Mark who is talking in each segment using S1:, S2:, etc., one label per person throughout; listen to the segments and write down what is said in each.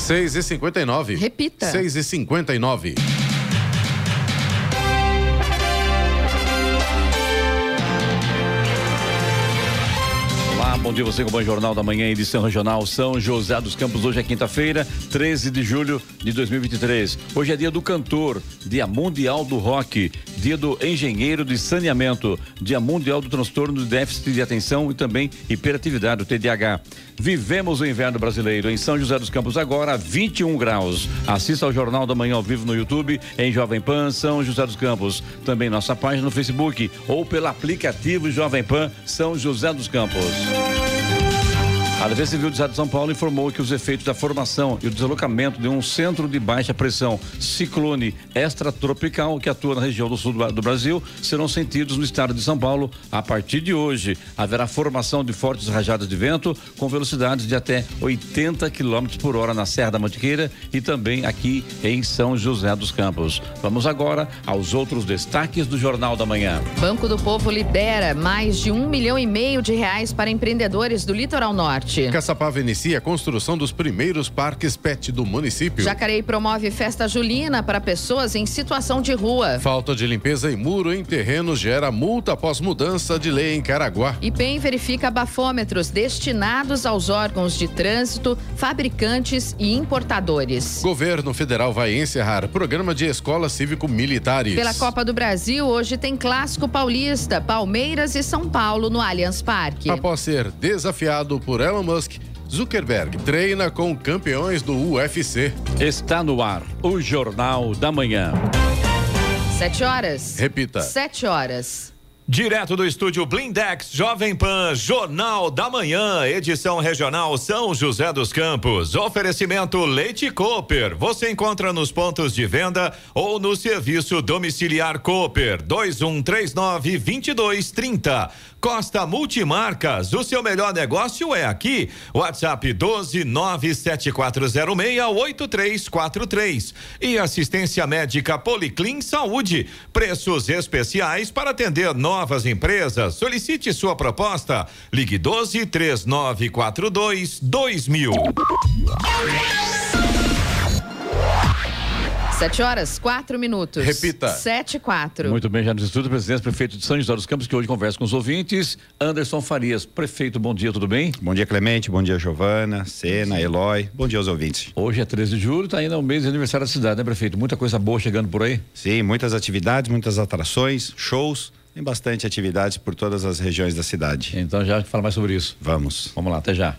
S1: 6h59.
S2: Repita.
S1: 6h59.
S3: Bom dia, você com o Bom Jornal da Manhã, edição regional São José dos Campos. Hoje é quinta-feira, 13 de julho de 2023. Hoje é dia do cantor, dia mundial do rock, dia do engenheiro de saneamento, dia mundial do transtorno de déficit de atenção e também hiperatividade, o TDAH. Vivemos o inverno brasileiro em São José dos Campos agora, 21 graus. Assista ao Jornal da Manhã ao vivo no YouTube, em Jovem Pan São José dos Campos. Também nossa página no Facebook ou pelo aplicativo Jovem Pan São José dos Campos. A Defesa Civil do Estado de São Paulo informou que os efeitos da formação e o deslocamento de um centro de baixa pressão, ciclone extratropical, que atua na região do sul do Brasil, serão sentidos no estado de São Paulo a partir de hoje. Haverá formação de fortes rajadas de vento com velocidades de até 80 km por hora na Serra da Mantiqueira e também aqui em São José dos Campos. Vamos agora aos outros destaques do Jornal da Manhã.
S2: Banco do Povo libera mais de R$1,5 milhão para empreendedores do Litoral Norte.
S1: Caçapava inicia a construção dos primeiros parques pet do município.
S2: Jacareí promove festa julina para pessoas em situação de rua.
S1: Falta de limpeza e muro em terrenos gera multa após mudança de lei em Caraguá.
S2: IPEM verifica bafômetros destinados aos órgãos de trânsito, fabricantes e importadores.
S1: Governo federal vai encerrar programa de escolas cívico-militares.
S2: Pela Copa do Brasil, hoje tem clássico paulista, Palmeiras e São Paulo no Allianz Parque.
S1: Após ser desafiado por Elon Musk, Zuckerberg treina com campeões do UFC.
S3: Está no ar o Jornal da Manhã.
S2: 7 horas.
S1: Repita.
S2: 7 horas.
S4: Direto do estúdio Blindex, Jovem Pan, Jornal da Manhã, edição regional São José dos Campos. Oferecimento Leite Cooper. Você encontra nos pontos de venda ou no serviço domiciliar Cooper, 2139-2230. Costa Multimarcas, o seu melhor negócio é aqui. WhatsApp 12974068343. E assistência médica Policlin Saúde. Preços especiais para atender novas empresas. Solicite sua proposta. Ligue 12-3942-2000.
S2: 7 horas, 4 minutos.
S1: Repita.
S2: 7:04.
S3: Muito bem, já nos estudos, presidente, prefeito de São José dos Campos, que hoje conversa com os ouvintes. Anderson Farias, prefeito, bom dia, tudo bem?
S5: Bom dia, Clemente, bom dia, Giovana, Sena, Eloy, bom dia aos ouvintes.
S3: Hoje é 13 de julho, tá indo o mês de aniversário da cidade, né, prefeito? Muita coisa boa chegando por aí?
S5: Sim, muitas atividades, muitas atrações, shows, tem bastante atividades por todas as regiões da cidade.
S3: Então já fala mais sobre isso.
S5: Vamos
S3: lá, até já.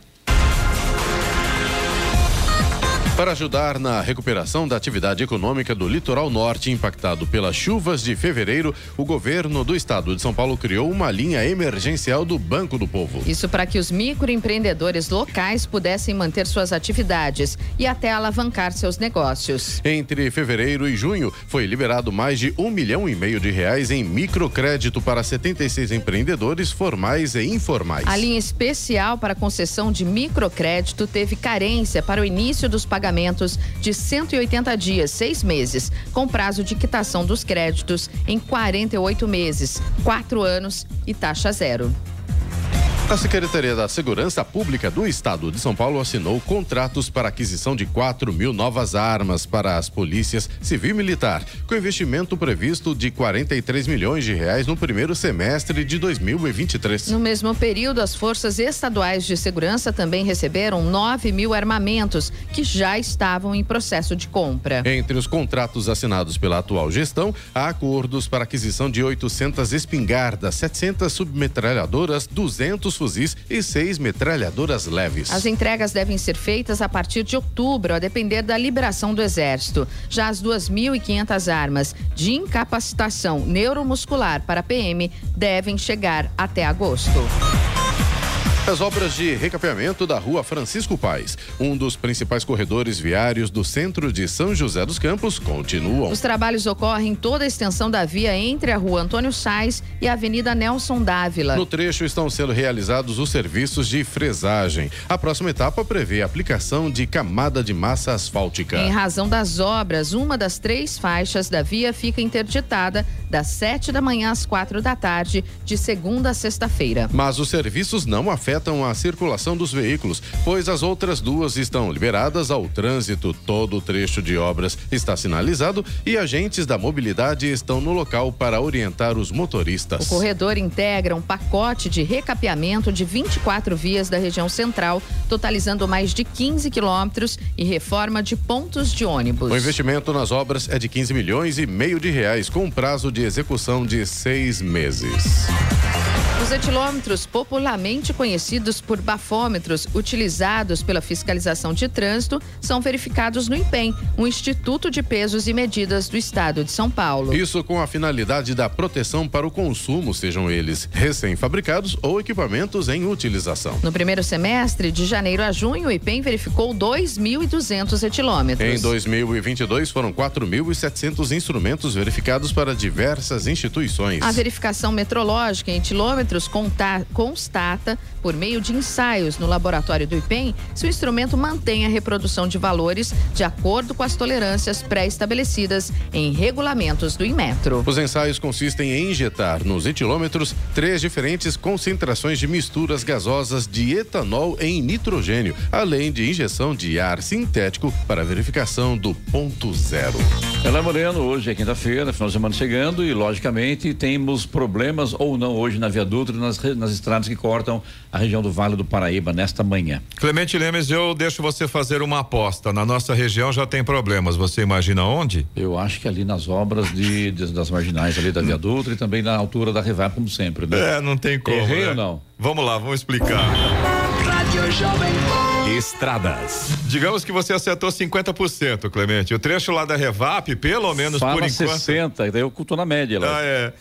S1: Para ajudar na recuperação da atividade econômica do litoral norte impactado pelas chuvas de fevereiro, o governo do estado de São Paulo criou uma linha emergencial do Banco do Povo.
S2: Isso para que os microempreendedores locais pudessem manter suas atividades e até alavancar seus negócios.
S1: Entre fevereiro e junho, foi liberado mais de R$1,5 milhão em microcrédito para 76 empreendedores formais e informais.
S2: A linha especial para concessão de microcrédito teve carência para o início dos pagamentos de 180 dias, 6 meses, com prazo de quitação dos créditos em 48 meses, 4 anos e taxa zero.
S1: A Secretaria da Segurança Pública do Estado de São Paulo assinou contratos para aquisição de 4.000 novas armas para as polícias civil e militar, com investimento previsto de R$43 milhões no primeiro semestre de 2023.
S2: No mesmo período, as forças estaduais de segurança também receberam 9.000 armamentos que já estavam em processo de compra.
S1: Entre os contratos assinados pela atual gestão, há acordos para aquisição de 800 espingardas, 700 submetralhadoras, 200 fuzis e 6 metralhadoras leves.
S2: As entregas devem ser feitas a partir de outubro, a depender da liberação do Exército. Já as 2.500 armas de incapacitação neuromuscular para PM devem chegar até agosto.
S1: As obras de recapeamento da Rua Francisco Paes, um dos principais corredores viários do centro de São José dos Campos, continuam.
S2: Os trabalhos ocorrem em toda a extensão da via entre a Rua Antônio Sais e a Avenida Nelson Dávila.
S1: No trecho estão sendo realizados os serviços de fresagem. A próxima etapa prevê a aplicação de camada de massa asfáltica.
S2: Em razão das obras, uma das 3 faixas da via fica interditada das 7 da manhã às 4 da tarde, de segunda a sexta-feira.
S1: Mas os serviços não afetam a circulação dos veículos, pois as outras duas estão liberadas ao trânsito. Todo o trecho de obras está sinalizado e agentes da mobilidade estão no local para orientar os motoristas.
S2: O corredor integra um pacote de recapeamento de 24 vias da região central, totalizando mais de 15 quilômetros e reforma de pontos de ônibus.
S1: O investimento nas obras é de 15 milhões e meio de reais, com prazo de execução de 6 meses.
S2: Os etilômetros, popularmente conhecidos por bafômetros, utilizados pela fiscalização de trânsito, são verificados no IPEM, o Instituto de Pesos e Medidas do Estado de São Paulo.
S1: Isso com a finalidade da proteção para o consumo, sejam eles recém-fabricados ou equipamentos em utilização.
S2: No primeiro semestre, de janeiro a junho, o IPEM verificou 2.200 etilômetros.
S1: Em 2022, foram 4.700 instrumentos verificados para diversas instituições.
S2: A verificação metrológica em etilômetros constata, por meio de ensaios no laboratório do IPEM, se o instrumento mantém a reprodução de valores de acordo com as tolerâncias pré-estabelecidas em regulamentos do Inmetro.
S1: Os ensaios consistem em injetar nos etilômetros 3 diferentes concentrações de misturas gasosas de etanol em nitrogênio, além de injeção de ar sintético para verificação do ponto zero.
S3: Ela Moreno, hoje é quinta-feira, final de semana chegando e, logicamente, temos problemas ou não hoje na Via Dutra e nas estradas que cortam a região do Vale do Paraíba nesta manhã.
S4: Clemente Lemes, eu deixo você fazer uma aposta. Na nossa região já tem problemas. Você imagina onde?
S3: Eu acho que ali nas obras das marginais ali da Via Dutra e também na altura da Revap, como sempre, né?
S4: Não tem como.
S3: Errei,
S4: né?
S3: ou não?
S4: Vamos lá, vamos explicar.
S6: Estradas.
S4: Digamos que você acertou 50%, Clemente. O trecho lá da Revap, pelo menos
S3: Fala
S4: por enquanto.
S3: 60, daí eu tô na média lá.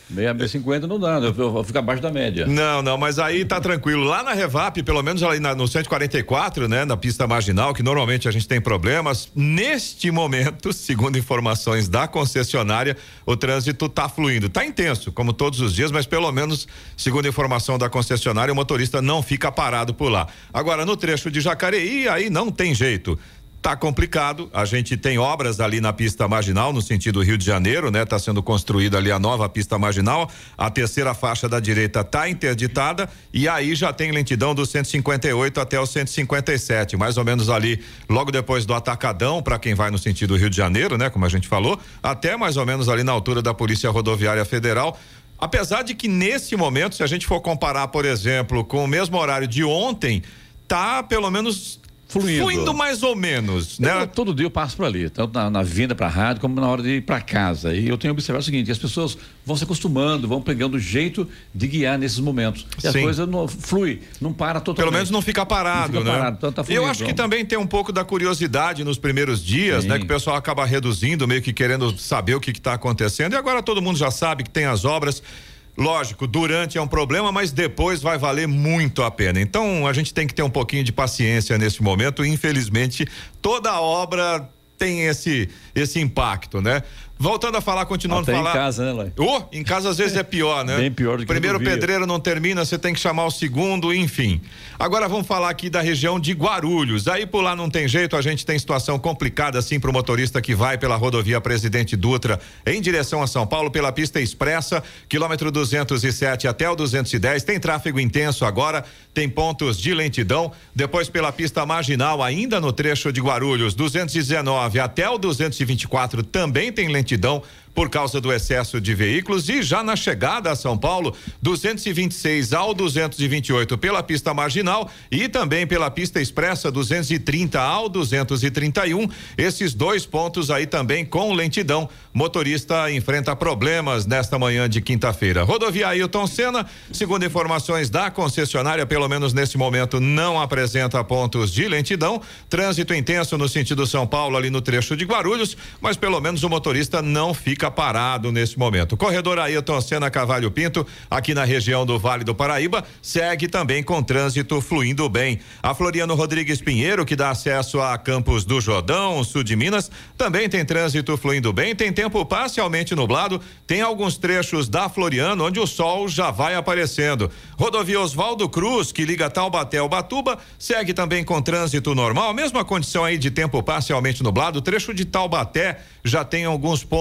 S3: 50 não dá, eu fico abaixo da média.
S4: Não, mas aí tá tranquilo. Lá na Revap, pelo menos ali no 144, né, na pista marginal, que normalmente a gente tem problemas, neste momento, segundo informações da concessionária, o trânsito tá fluindo. Tá intenso, como todos os dias, mas pelo menos, segundo informação da concessionária, o motorista não fica parado por lá. Agora, no trecho de Jacareí, aí não tem jeito. Tá complicado, a gente tem obras ali na pista marginal, no sentido Rio de Janeiro, né? Tá sendo construída ali a nova pista marginal, a terceira faixa da direita tá interditada e aí já tem lentidão do 158 até o 157, mais ou menos ali, logo depois do Atacadão, para quem vai no sentido Rio de Janeiro, né? Como a gente falou, até mais ou menos ali na altura da Polícia Rodoviária Federal. Apesar de que nesse momento, se a gente for comparar, por exemplo, com o mesmo horário de ontem, tá pelo menos fluindo mais ou menos, né?
S3: Todo dia eu passo por ali, tanto na vinda para a rádio como na hora de ir para casa. E eu tenho observado o seguinte: as pessoas vão se acostumando, vão pegando o jeito de guiar nesses momentos. E a coisa não flui, não para totalmente.
S4: Pelo menos não fica parado, né?
S3: Então tá fluindo,
S4: eu acho que também tem um pouco da curiosidade nos primeiros dias, né? Que o pessoal acaba reduzindo, meio que querendo saber o que está acontecendo. E agora todo mundo já sabe que tem as obras. Lógico, durante é um problema, mas depois vai valer muito a pena. Então a gente tem que ter um pouquinho de paciência nesse momento. Infelizmente, toda obra tem esse impacto, né? Voltando a falar, continuando a falar.
S3: Em casa, né, Lai?
S4: Em casa às vezes é pior, né?
S3: Bem pior do que
S4: primeiro pedreiro não termina, você tem que chamar o segundo, enfim. Agora vamos falar aqui da região de Guarulhos. Aí por lá não tem jeito, a gente tem situação complicada assim para o motorista que vai pela rodovia Presidente Dutra em direção a São Paulo pela pista expressa, quilômetro 207 até o 210. Tem tráfego intenso agora, tem pontos de lentidão. Depois pela pista marginal, ainda no trecho de Guarulhos, 219 até o 224 também tem lentidão por causa do excesso de veículos. E já na chegada a São Paulo, 226 ao 228 pela pista marginal e também pela pista expressa, 230 ao 231. Esses dois pontos aí também com lentidão. Motorista enfrenta problemas nesta manhã de quinta-feira. Rodovia Ailton Senna, segundo informações da concessionária, pelo menos nesse momento não apresenta pontos de lentidão. Trânsito intenso no sentido São Paulo, ali no trecho de Guarulhos, mas pelo menos o motorista não fica parado nesse momento. Corredor Ailton Senna Carvalho Pinto, aqui na região do Vale do Paraíba, segue também com trânsito fluindo bem. A Floriano Rodrigues Pinheiro, que dá acesso a Campos do Jordão, sul de Minas, também tem trânsito fluindo bem, tem tempo parcialmente nublado, tem alguns trechos da Floriano onde o sol já vai aparecendo. Rodovia Oswaldo Cruz, que liga Taubaté ao Ubatuba, segue também com trânsito normal, mesma condição aí de tempo parcialmente nublado. O trecho de Taubaté já tem alguns pontos ali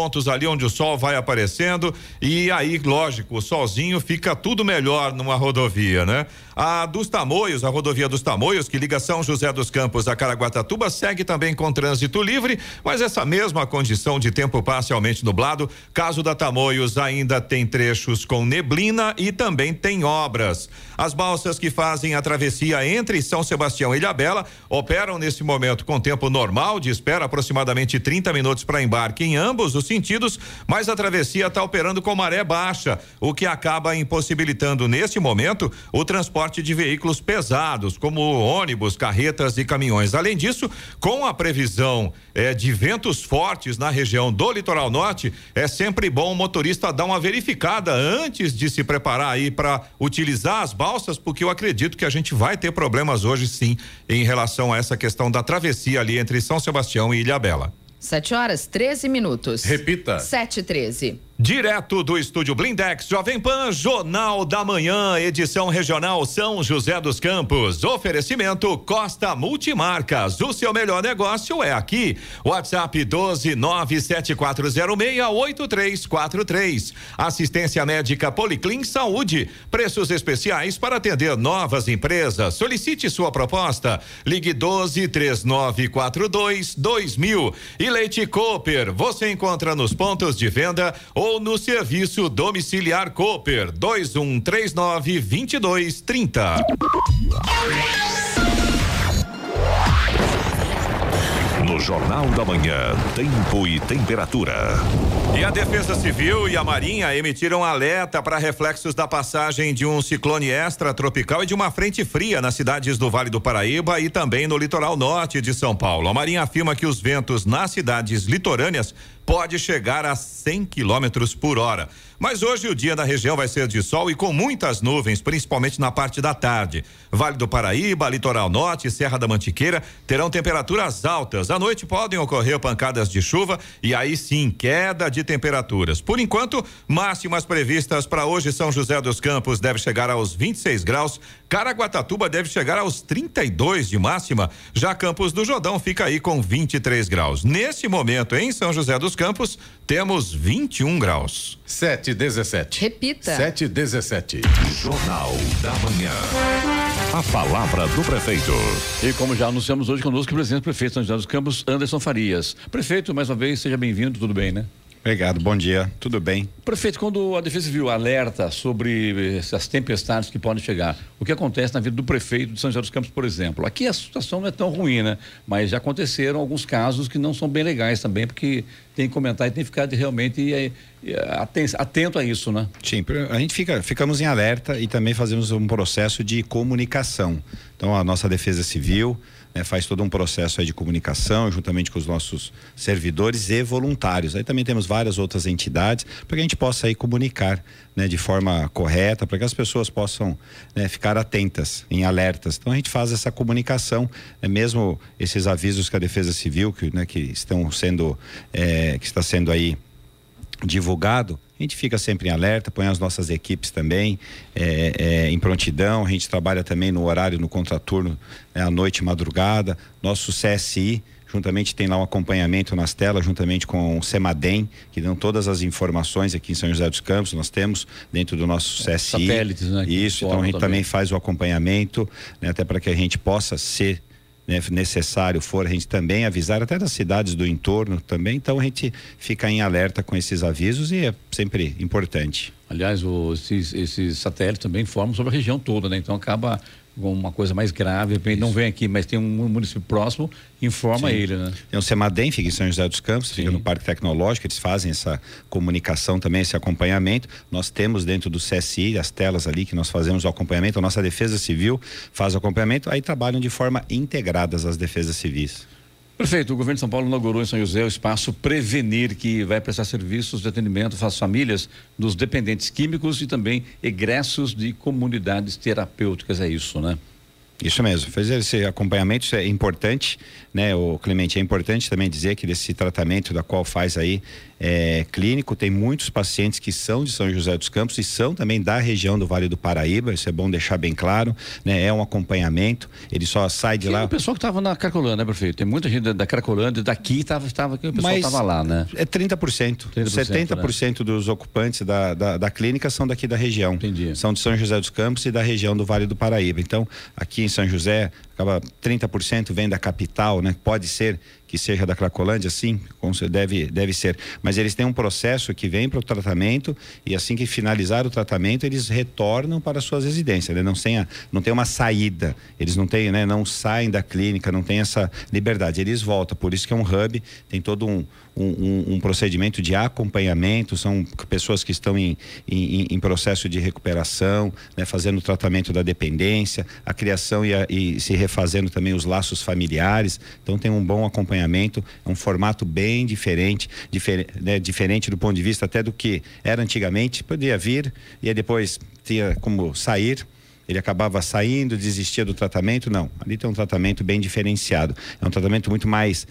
S4: onde o sol vai aparecendo e aí, lógico, o solzinho fica tudo melhor numa rodovia, né? A dos Tamoios, a rodovia dos Tamoios, que liga São José dos Campos a Caraguatatuba, segue também com trânsito livre, mas essa mesma condição de tempo parcialmente nublado. Caso da Tamoios, ainda tem trechos com neblina e também tem obras. As balsas que fazem a travessia entre São Sebastião e Ilhabela operam nesse momento com tempo normal de espera, aproximadamente 30 minutos para embarque em ambos os sentidos, mas a travessia está operando com maré baixa, o que acaba impossibilitando neste momento o transporte de veículos pesados, como ônibus, carretas e caminhões. Além disso, com a previsão de ventos fortes na região do litoral norte, é sempre bom o motorista dar uma verificada antes de se preparar aí para utilizar as balsas, porque eu acredito que a gente vai ter problemas hoje sim em relação a essa questão da travessia ali entre São Sebastião e Ilhabela.
S2: 7h13.
S1: Repita.
S2: 7h13.
S4: Direto do estúdio Blindex Jovem Pan, Jornal da Manhã, edição regional São José dos Campos. Oferecimento Costa Multimarcas. O seu melhor negócio é aqui. WhatsApp 12974068343. Assistência médica Policlin Saúde. Preços especiais para atender novas empresas. Solicite sua proposta. Ligue 1239422000. E Leite Cooper. Você encontra nos pontos de venda ou no serviço domiciliar Cooper 2139-2230.
S6: No Jornal da Manhã, tempo e temperatura.
S4: E a Defesa Civil e a Marinha emitiram alerta para reflexos da passagem de um ciclone extratropical e de uma frente fria nas cidades do Vale do Paraíba e também no litoral norte de São Paulo. A Marinha afirma que os ventos nas cidades litorâneas pode chegar a 100 quilômetros por hora. Mas hoje o dia na região vai ser de sol e com muitas nuvens, principalmente na parte da tarde. Vale do Paraíba, litoral norte e Serra da Mantiqueira terão temperaturas altas. À noite podem ocorrer pancadas de chuva e aí sim, queda de temperaturas. Por enquanto, máximas previstas para hoje: São José dos Campos deve chegar aos 26 graus, Caraguatatuba deve chegar aos 32 de máxima, já Campos do Jordão fica aí com 23 graus. Nesse momento, em São José dos Campos, temos 21 graus.
S1: 7h17.
S2: Repita.
S1: 7h17.
S6: Jornal da Manhã. A palavra do prefeito.
S3: E como já anunciamos hoje conosco, o presidente do prefeito de São José dos Campos, Anderson Farias. Prefeito, mais uma vez, seja bem-vindo, tudo bem, né?
S5: Obrigado, bom dia, tudo bem?
S3: Prefeito, quando a Defesa Civil alerta sobre essas tempestades que podem chegar, o que acontece na vida do prefeito de São José dos Campos, por exemplo? Aqui a situação não é tão ruim, né? Mas já aconteceram alguns casos que não são bem legais também, porque tem que comentar e tem que ficar realmente atento a isso, né?
S5: Sim, a gente ficamos em alerta e também fazemos um processo de comunicação. Então a nossa Defesa Civil faz todo um processo aí de comunicação juntamente com os nossos servidores e voluntários. Aí também temos várias outras entidades para que a gente possa aí comunicar, de forma correta, para que as pessoas possam ficar atentas, em alertas. Então a gente faz essa comunicação, mesmo esses avisos que a Defesa Civil que estão sendo que está sendo aí divulgado, a gente fica sempre em alerta, põe as nossas equipes também em prontidão. A gente trabalha também no horário, no contraturno, à noite e madrugada. Nosso CSI juntamente tem lá um acompanhamento nas telas, juntamente com o CEMADEM, que dão todas as informações aqui em São José dos Campos. Nós temos dentro do nosso CSI
S3: satélites, né?
S5: Isso, então a gente também faz o acompanhamento, até para que a gente possa ser necessário for, a gente também avisar até das cidades do entorno também. Então a gente fica em alerta com esses avisos e é sempre importante.
S3: Aliás, esses satélites também informam sobre a região toda, né? Então acaba uma coisa mais grave, de repente não vem aqui, mas tem um município próximo, informa Sim. ele, né?
S5: Tem o CEMADEM, fica em São José dos Campos, Sim. fica no Parque Tecnológico, eles fazem essa comunicação também, esse acompanhamento. Nós temos dentro do CSI as telas ali que nós fazemos o acompanhamento, a nossa Defesa Civil faz o acompanhamento, aí trabalham de forma integradas as defesas civis.
S3: Prefeito, o governo de São Paulo inaugurou em São José o espaço Prevenir, que vai prestar serviços de atendimento às famílias dos dependentes químicos e também egressos de comunidades terapêuticas, é isso, né?
S5: Isso mesmo, fazer esse acompanhamento, isso é importante, né? O Clemente, é importante também dizer que desse tratamento da qual faz aí clínico, tem muitos pacientes que são de São José dos Campos e são também da região do Vale do Paraíba, isso é bom deixar bem claro, né? É um acompanhamento, ele só sai de lá.
S3: O pessoal que estava na Cracolândia, né, prefeito? Tem muita gente da Cracolândia, daqui estava aqui, o pessoal estava lá, né?
S5: É 30%, 70% né? Dos ocupantes da clínica são daqui da região.
S3: Entendi.
S5: São de São José dos Campos e da região do Vale do Paraíba. Então, aqui em São José, acaba 30% vem da capital, né? Pode ser que seja da Cracolândia, sim, deve ser. Mas eles têm um processo que vem para o tratamento e assim que finalizar o tratamento, eles retornam para suas residências, né? Não tem uma saída, eles não têm, né? Não saem da clínica, não tem essa liberdade, eles voltam. Por isso que é um hub, tem todo um procedimento de acompanhamento, são pessoas que estão em processo de recuperação, né? Fazendo o tratamento da dependência, a criação e se refazendo também os laços familiares. Então tem um bom acompanhamento, é um formato bem diferente, né? Diferente do ponto de vista até do que era antigamente. Podia vir e depois tinha como sair. Ele acabava saindo, desistia do tratamento. Não, ali tem um tratamento bem diferenciado. É um tratamento com muito mais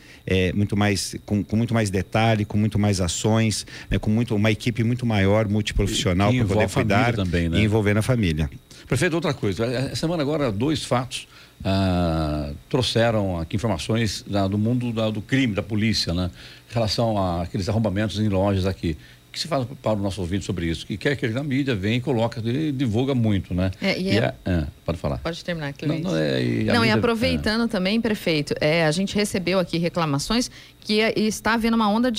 S5: detalhe, com muito mais ações, né? Uma equipe muito maior, multiprofissional para poder cuidar também, né? E envolvendo a família.
S3: Prefeito, outra coisa. Essa semana agora 2 fatos trouxeram aqui informações do mundo do crime, da polícia, né? Em relação àqueles arrombamentos em lojas aqui. O que se fala para o nosso ouvinte sobre isso? Que quer que a mídia venha e coloca, e divulga muito, né? Pode falar.
S2: Pode terminar, Clemente.
S3: E
S2: aproveitando também, prefeito, a gente recebeu aqui reclamações que está havendo uma onda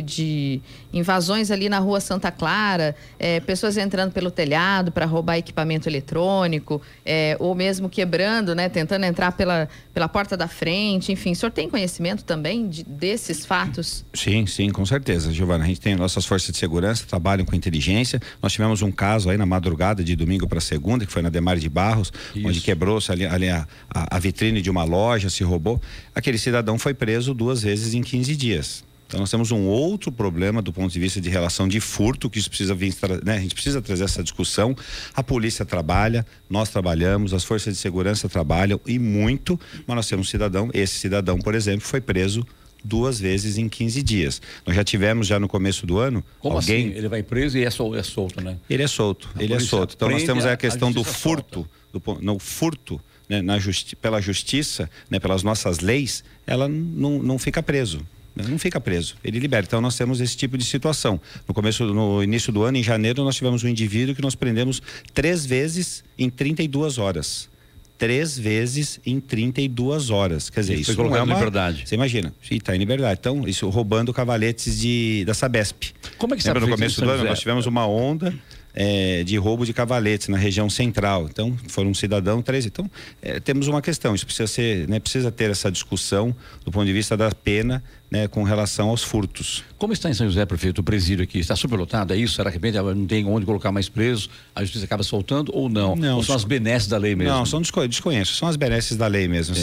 S2: de invasões ali na rua Santa Clara, pessoas entrando pelo telhado para roubar equipamento eletrônico, ou mesmo quebrando, né? Tentando entrar pela porta da frente, enfim. O senhor tem conhecimento também desses fatos?
S5: Sim, com certeza, Giovana. A gente tem nossas forças de segurança, trabalham com inteligência. Nós tivemos um caso aí na madrugada de domingo para segunda, que foi na Demar de Barros, onde quebrou-se ali a vitrine de uma loja, se roubou. Aquele cidadão foi preso 2 vezes em 15 dias. Então nós temos um outro problema do ponto de vista de relação de furto, que isso precisa vir, né? A gente precisa trazer essa discussão. A polícia trabalha, nós trabalhamos, as forças de segurança trabalham e muito, mas nós temos esse cidadão, por exemplo, foi preso 2 vezes em 15 dias. Nós já tivemos no começo do ano.
S3: Como assim? Ele vai preso e é solto, né?
S5: Ele é solto. Então nós temos a questão do furto, furto, né? Pela justiça, né? Pelas nossas leis, ela não fica preso. Não fica preso, ele libera. Então nós temos esse tipo de situação. No início do ano, em janeiro, nós tivemos um indivíduo que nós prendemos 3 vezes em 32 horas. 3 vezes em 32 horas. Quer dizer, isso não é uma... liberdade. Você imagina, está em liberdade. Então, isso roubando cavaletes da Sabesp.
S3: Como é que
S5: no começo do ano, nós tivemos uma onda de roubo de cavaletes na região central. Então, foram um cidadão, 13. Então, temos uma questão. Isso precisa ser, né, precisa ter essa discussão do ponto de vista da pena, né, com relação aos furtos.
S3: Como está em São José, prefeito, o presídio aqui? Está superlotado, é isso? Será que não tem onde colocar mais presos? A justiça acaba soltando ou não? Ou são as benesses da lei mesmo?
S5: Não, desconheço. São as benesses da lei mesmo.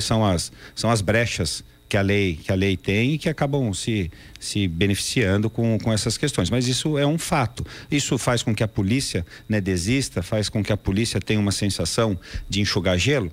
S5: São as brechas que a lei tem e que acabam se beneficiando com essas questões. Mas isso é um fato. Isso faz com que a polícia, né, desista, faz com que a polícia tenha uma sensação de enxugar gelo?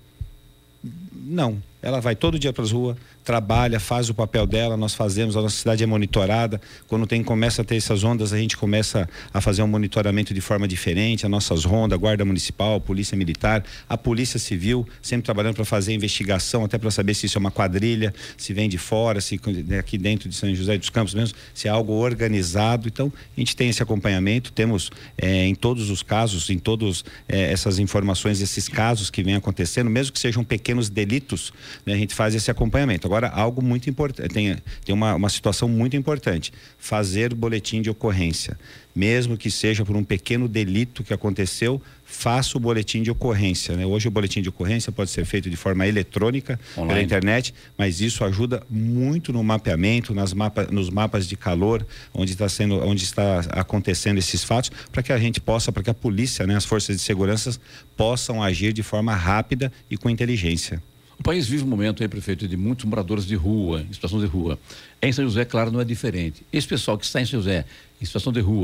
S5: Não. Ela vai todo dia para as ruas, trabalha, faz o papel dela, nós fazemos, a nossa cidade é monitorada. Quando começa a ter essas ondas, a gente começa a fazer um monitoramento de forma diferente, as nossas rondas, a Guarda Municipal, Polícia Militar, a Polícia Civil, sempre trabalhando para fazer investigação, até para saber se isso é uma quadrilha, se vem de fora, se aqui dentro de São José dos Campos mesmo, se é algo organizado. Então, a gente tem esse acompanhamento, temos em todos os casos, em todas essas informações, esses casos que vêm acontecendo, mesmo que sejam pequenos delitos, né, a gente faz esse acompanhamento. Agora, algo muito importante, tem uma situação muito importante: fazer boletim de ocorrência. Mesmo que seja por um pequeno delito que aconteceu, faça o boletim de ocorrência, né? Hoje o boletim de ocorrência pode ser feito de forma eletrônica, online, pela internet, mas isso ajuda muito no mapeamento, nos mapas de calor, onde está acontecendo esses fatos, para que a polícia, né, as forças de segurança possam agir de forma rápida e com inteligência.
S3: O país vive um momento aí, prefeito, de muitos moradores de rua, em situação de rua. Em São José, claro, não é diferente. Esse pessoal que está em São José, em situação de rua,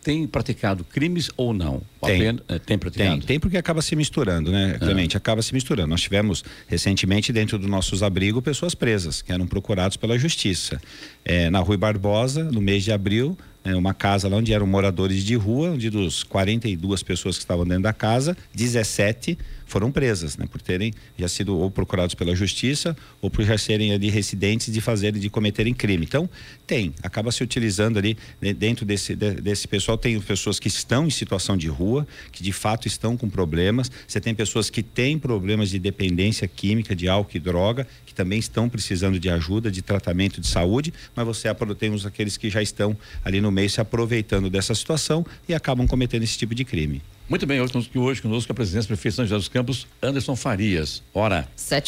S3: tem praticado crimes ou não? Tem praticado?
S5: Tem porque acaba se misturando, né, Clemente? Acaba se misturando. Nós tivemos recentemente dentro dos nossos abrigos pessoas presas que eram procurados pela justiça. Na Rui Barbosa, no mês de abril, uma casa lá onde eram moradores de rua, onde dos 42 pessoas que estavam dentro da casa, 17 foram presas, né, por terem já sido ou procurados pela justiça ou por já serem ali residentes de cometerem crime. Então, acaba se utilizando ali dentro desse pessoal, tem pessoas que estão em situação de rua, que de fato estão com problemas. Você tem pessoas que têm problemas de dependência química, de álcool e droga, que também estão precisando de ajuda, de tratamento de saúde, mas tem aqueles que já estão ali no meio se aproveitando dessa situação e acabam cometendo esse tipo de crime.
S3: Muito bem, hoje conosco a presidência do prefeito São José dos Campos, Anderson Farias. Hora.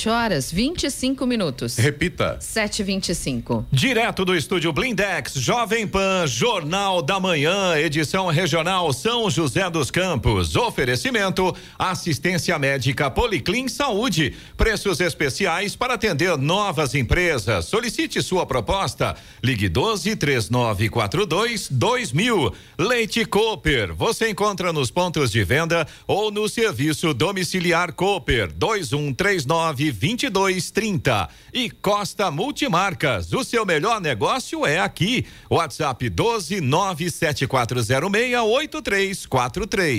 S2: 7h25.
S1: Repita.
S2: 7h25.
S4: Direto do estúdio Blindex, Jovem Pan, Jornal da Manhã, edição regional São José dos Campos. Oferecimento, assistência médica Policlin Saúde. Preços especiais para atender novas empresas. Solicite sua proposta. Ligue 12-3942-2000. Leite Cooper. Você encontra nos pontos de venda ou no serviço domiciliar Cooper 2139-2230. E Costa Multimarcas, o seu melhor negócio é aqui. WhatsApp 12-97406-8343.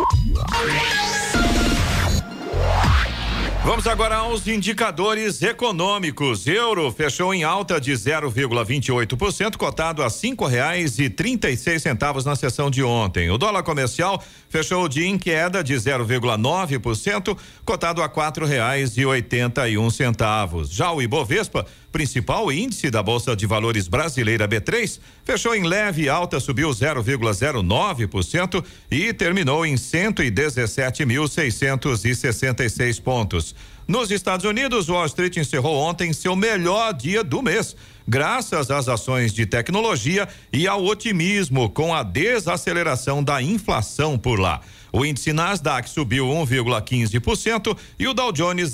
S4: Vamos agora aos indicadores econômicos. Euro fechou em alta de 0,28%, cotado a R$5,36 na sessão de ontem. O dólar comercial fechou o dia em queda de 0,9%, cotado a R$4,81. Já o Ibovespa, principal índice da Bolsa de Valores brasileira B3, fechou em leve alta, subiu 0,09% e terminou em 117.666 pontos. Nos Estados Unidos, Wall Street encerrou ontem seu melhor dia do mês, graças às ações de tecnologia e ao otimismo com a desaceleração da inflação por lá. O índice Nasdaq subiu 1,15% e o Dow Jones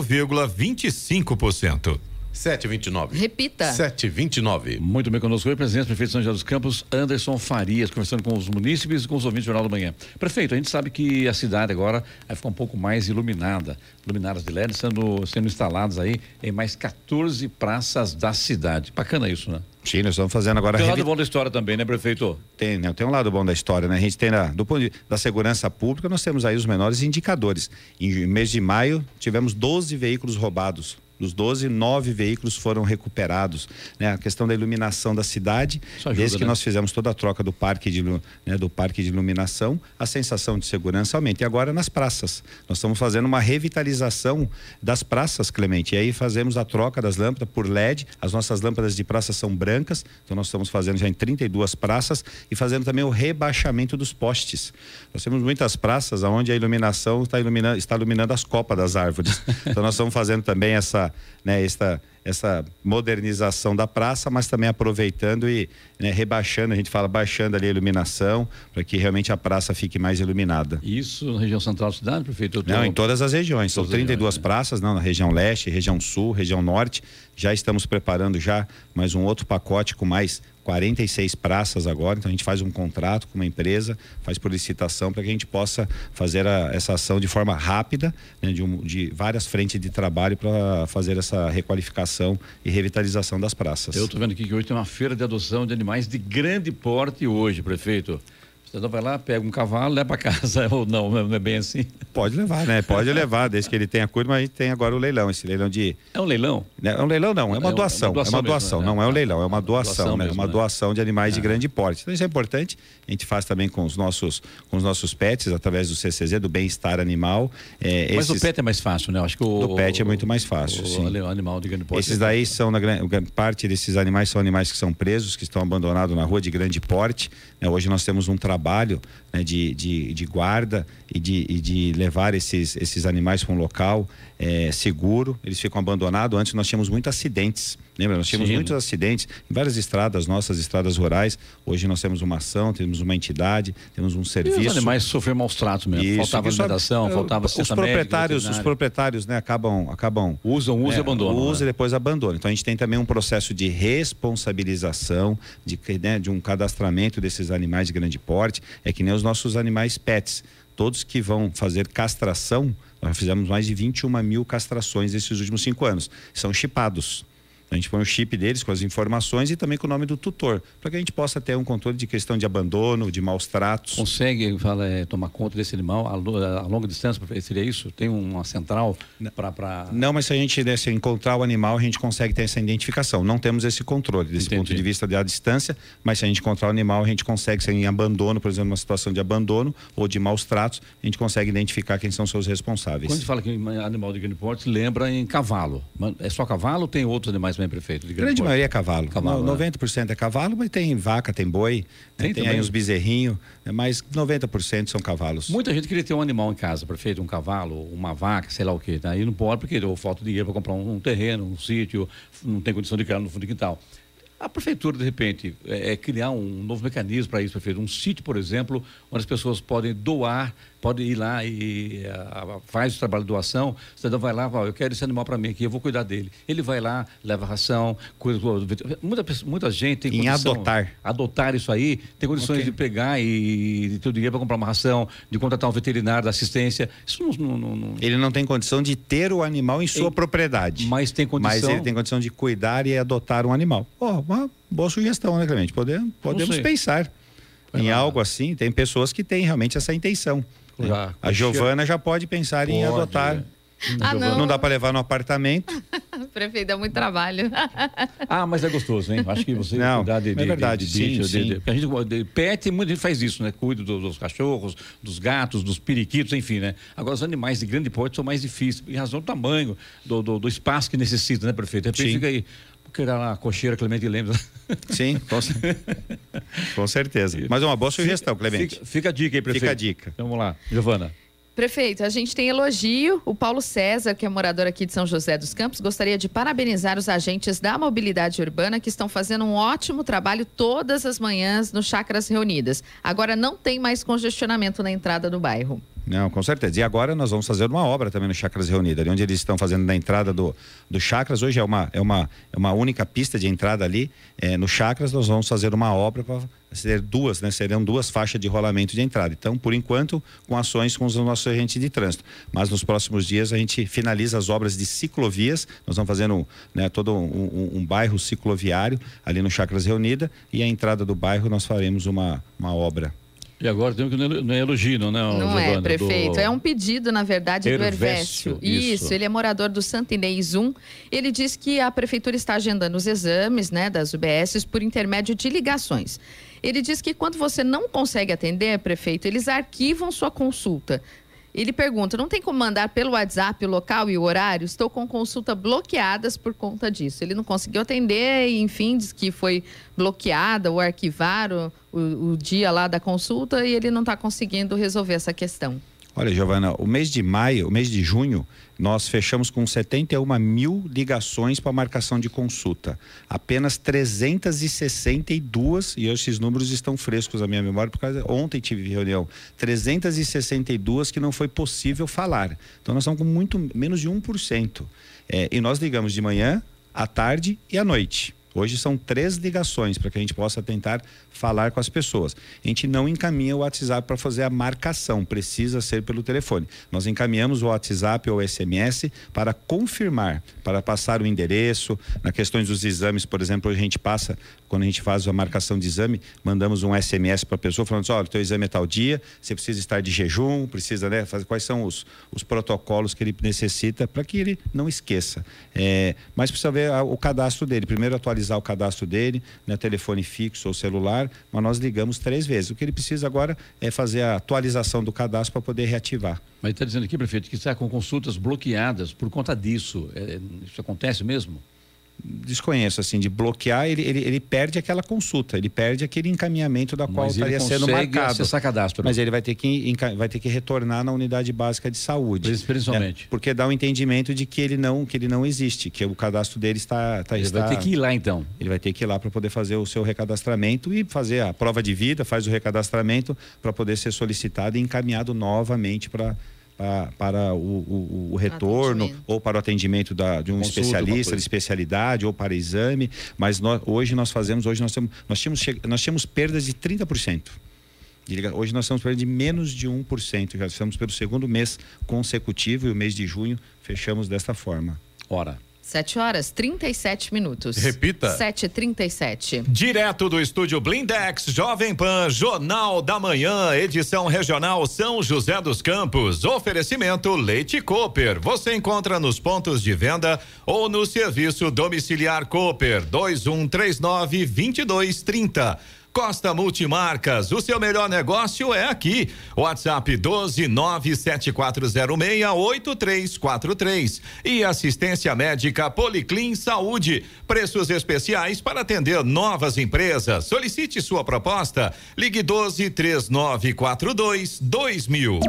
S4: 0,25%.
S1: 7h29.
S2: Repita.
S1: 7h29.
S3: Muito bem, conosco hoje, presidente do prefeito de São José dos Campos, Anderson Farias, conversando com os munícipes e com os ouvintes do Jornal da Manhã. Prefeito, a gente sabe que a cidade agora vai ficar um pouco mais iluminadas de LED sendo instaladas aí em mais 14 praças da cidade. Bacana isso, né?
S5: Sim, nós estamos fazendo agora...
S3: Tem um lado bom da história também, né, prefeito?
S5: Tem um lado bom da história, né? A gente tem, do ponto da segurança pública, nós temos aí os menores indicadores. Em mês de maio, tivemos 12 veículos roubados. Dos 12, 9 veículos foram recuperados, né? A questão da iluminação da cidade, ajuda, desde que nós fizemos toda a troca do parque de iluminação, a sensação de segurança aumenta. E agora nas praças, nós estamos fazendo uma revitalização das praças, Clemente, e aí fazemos a troca das lâmpadas por LED. As nossas lâmpadas de praça são brancas, então nós estamos fazendo já em 32 praças e fazendo também o rebaixamento dos postes. Nós temos muitas praças onde a iluminação está iluminando as copas das árvores. Então nós estamos fazendo também essa modernização da praça, mas também aproveitando e rebaixando, a gente fala baixando ali a iluminação, para que realmente a praça fique mais iluminada.
S3: Isso na região central da cidade, prefeito?
S5: Não, em todas as regiões, são 32 praças, na região leste, região sul, região norte. Já estamos preparando já mais um outro pacote com mais 46 praças agora, então a gente faz um contrato com uma empresa, faz por licitação para que a gente possa fazer essa ação de forma rápida, né, de várias frentes de trabalho para fazer essa requalificação e revitalização das praças.
S3: Eu estou vendo aqui que hoje tem uma feira de adoção de animais de grande porte hoje, prefeito. O cidadão vai lá, pega um cavalo, leva para casa, ou não é bem assim?
S5: Pode levar, né? Pode levar, desde que ele tenha cuidado, mas a gente tem agora o leilão, esse leilão de...
S3: É um leilão?
S5: É um leilão não, é uma doação,
S3: mesmo,
S5: não é um leilão, é uma doação, né?
S3: Mesmo,
S5: uma doação de animais de grande porte. Então isso é importante, a gente faz também com os nossos pets, através do CCZ, do bem-estar animal.
S3: Mas o pet é mais fácil, né? Eu acho que
S5: o pet é muito mais fácil, sim.
S3: O animal de grande porte.
S5: Esses daí são, parte desses animais são animais que são presos, que estão abandonados na rua de grande porte, né? Hoje nós temos um trabalho, né, de guarda e de levar esses animais para um local seguro. Eles ficam abandonados. Antes nós tínhamos muitos acidentes, lembra? Nós tínhamos muitos acidentes em várias estradas, nossas estradas rurais. Hoje nós temos uma ação, temos uma entidade, temos um serviço. E os
S3: animais sofreram maus tratos mesmo. Faltava alimentação, faltava
S5: os proprietários, né, acabam
S3: usam e abandonam.
S5: Usa e depois abandonam. Então a gente tem também um processo de responsabilização, de um cadastramento desses animais de grande porte. porte, é que nem os nossos animais pets. Todos que vão fazer castração, nós fizemos mais de 21 mil castrações nesses últimos 5 anos. São chipados. A gente põe o chip deles com as informações e também com o nome do tutor, para que a gente possa ter um controle de questão de abandono, de maus tratos.
S3: Consegue tomar conta desse animal a longa distância? Seria isso? Tem uma central para...
S5: Não, mas se a gente se encontrar o animal, a gente consegue ter essa identificação. Não temos esse controle desse ponto de vista da distância, mas se a gente encontrar o animal, a gente consegue, se em abandono, por exemplo, uma situação de abandono ou de maus tratos, a gente consegue identificar quem são seus responsáveis.
S3: Quando a gente fala que animal de grande porte, lembra em cavalo. É só cavalo ou tem outros animais bem, prefeito?
S5: A grande maioria é cavalo. 90% é cavalo, mas tem vaca, tem boi, tem aí uns bezerrinhos, mas 90% são cavalos.
S3: Muita gente queria ter um animal em casa, prefeito, um cavalo, uma vaca, sei lá o quê. Aí não pode porque deu falta de dinheiro para comprar um terreno, um sítio, não tem condição de criar no fundo de quintal. A prefeitura, de repente, criar um novo mecanismo para isso, prefeito. Um sítio, por exemplo, onde as pessoas podem doar, podem ir lá e faz o trabalho de doação. O cidadão vai lá, eu quero esse animal para mim aqui, eu vou cuidar dele. Ele vai lá, leva ração, cuida. Muita gente tem condição... Adotar isso aí, tem condições de pegar e ter o dinheiro para comprar uma ração, de contratar um veterinário da assistência. Isso não...
S5: Ele não tem condição de ter o animal em sua propriedade.
S3: Mas tem condição...
S5: Mas ele tem condição de cuidar e adotar um animal. Uma boa sugestão, né, Clemente? Podemos pensar em algo assim. Tem pessoas que têm realmente essa intenção. A Giovana já pode pensar em adotar. Não dá para levar no apartamento.
S2: Prefeito, dá muito trabalho.
S3: Mas é gostoso, hein? Acho que você cuidar de
S5: verdade, sim.
S3: Porque a gente, pet, muita gente faz isso, né? Cuida dos cachorros, dos gatos, dos periquitos, enfim, né? Agora, os animais de grande porte são mais difíceis, em razão do tamanho, do espaço que necessita, né, prefeito? De repente fica aí. Porque a cocheira Clemente Lemos.
S5: Sim, com certeza. Mas é uma boa sugestão, Clemente.
S3: Fica a dica aí, prefeito.
S5: Fica a dica.
S3: Então, vamos lá, Giovana.
S2: Prefeito, a gente tem elogio. O Paulo César, que é morador aqui de São José dos Campos, gostaria de parabenizar os agentes da mobilidade urbana que estão fazendo um ótimo trabalho todas as manhãs no Chácaras Reunidas. Agora não tem mais congestionamento na entrada do bairro.
S5: Não, com certeza. E agora nós vamos fazer uma obra também no Chácaras Reunidas, ali onde eles estão fazendo na entrada do Chácaras. Hoje é uma única pista de entrada ali. No Chácaras nós vamos fazer uma obra para ser duas, né? Serão 2 faixas de rolamento de entrada. Então, por enquanto, com ações com os nossos agentes de trânsito. Mas nos próximos dias a gente finaliza as obras de ciclovias. Nós vamos fazendo, né, todo um bairro cicloviário ali no Chácaras Reunida, e a entrada do bairro nós faremos uma obra.
S3: E agora tem que não é elogio, não,
S2: Não
S3: Giovana,
S2: é, prefeito. É um pedido, na verdade, do Hervécio. Isso, ele é morador do Santa Inês 1. Ele diz que a prefeitura está agendando os exames, né, das UBSs por intermédio de ligações. Ele diz que quando você não consegue atender, prefeito, eles arquivam sua consulta. Ele pergunta, não tem como mandar pelo WhatsApp o local e o horário? Estou com consulta bloqueadas por conta disso. Ele não conseguiu atender e, enfim, diz que foi bloqueada ou arquivaram o dia lá da consulta e ele não está conseguindo resolver essa questão.
S5: Olha, Giovana, o mês de junho, nós fechamos com 71 mil ligações para marcação de consulta. Apenas 362, e esses números estão frescos na minha memória, porque ontem tive reunião, 362 que não foi possível falar. Então nós estamos com muito menos de 1%. E nós ligamos de manhã, à tarde e à noite. Hoje são 3 ligações para que a gente possa tentar falar com as pessoas. A gente não encaminha o WhatsApp para fazer a marcação, precisa ser pelo telefone. Nós encaminhamos o WhatsApp ou o SMS para confirmar, para passar o endereço. Na questões dos exames, por exemplo, a gente passa, quando a gente faz a marcação de exame, mandamos um SMS para a pessoa falando assim, olha, o teu exame é tal dia, você precisa estar de jejum, precisa, né, fazer quais são os protocolos que ele necessita para que ele não esqueça. Mas precisa ver o cadastro dele, primeiro atualizar o cadastro dele, né, telefone fixo ou celular, mas nós ligamos 3 vezes. O que ele precisa agora é fazer a atualização do cadastro para poder reativar.
S3: Mas está dizendo aqui, prefeito, que está com consultas bloqueadas por conta disso. Isso acontece mesmo?
S5: Desconheço, assim, de bloquear, ele perde aquela consulta, ele perde aquele encaminhamento da qual estaria sendo marcado.
S3: Acessar cadastro.
S5: Mas ele vai ter que retornar na unidade básica de saúde.
S3: Principalmente.
S5: Porque dá um entendimento de que ele não existe, que o cadastro dele está...
S3: Ele vai ter que ir lá, então.
S5: Ele vai ter que ir lá para poder fazer o seu recadastramento e fazer a prova de vida, faz o recadastramento para poder ser solicitado e encaminhado novamente para o retorno ou para o atendimento de um especialista de especialidade ou para exame, mas hoje nós tínhamos perdas de 30%. Hoje nós estamos perdendo de menos de 1%. Já estamos pelo segundo mês consecutivo e o mês de junho fechamos desta forma.
S3: Hora.
S2: 7h37.
S1: Repita.
S2: 7h37.
S4: Direto do estúdio Blindex, Jovem Pan, Jornal da Manhã, edição regional São José dos Campos. Oferecimento Leite Cooper. Você encontra nos pontos de venda ou no serviço domiciliar Cooper 2139-2230. Costa Multimarcas, o seu melhor negócio é aqui. WhatsApp 12974068343 e assistência médica Policlin Saúde. Preços especiais para atender novas empresas. Solicite sua proposta. Ligue 123942-2000.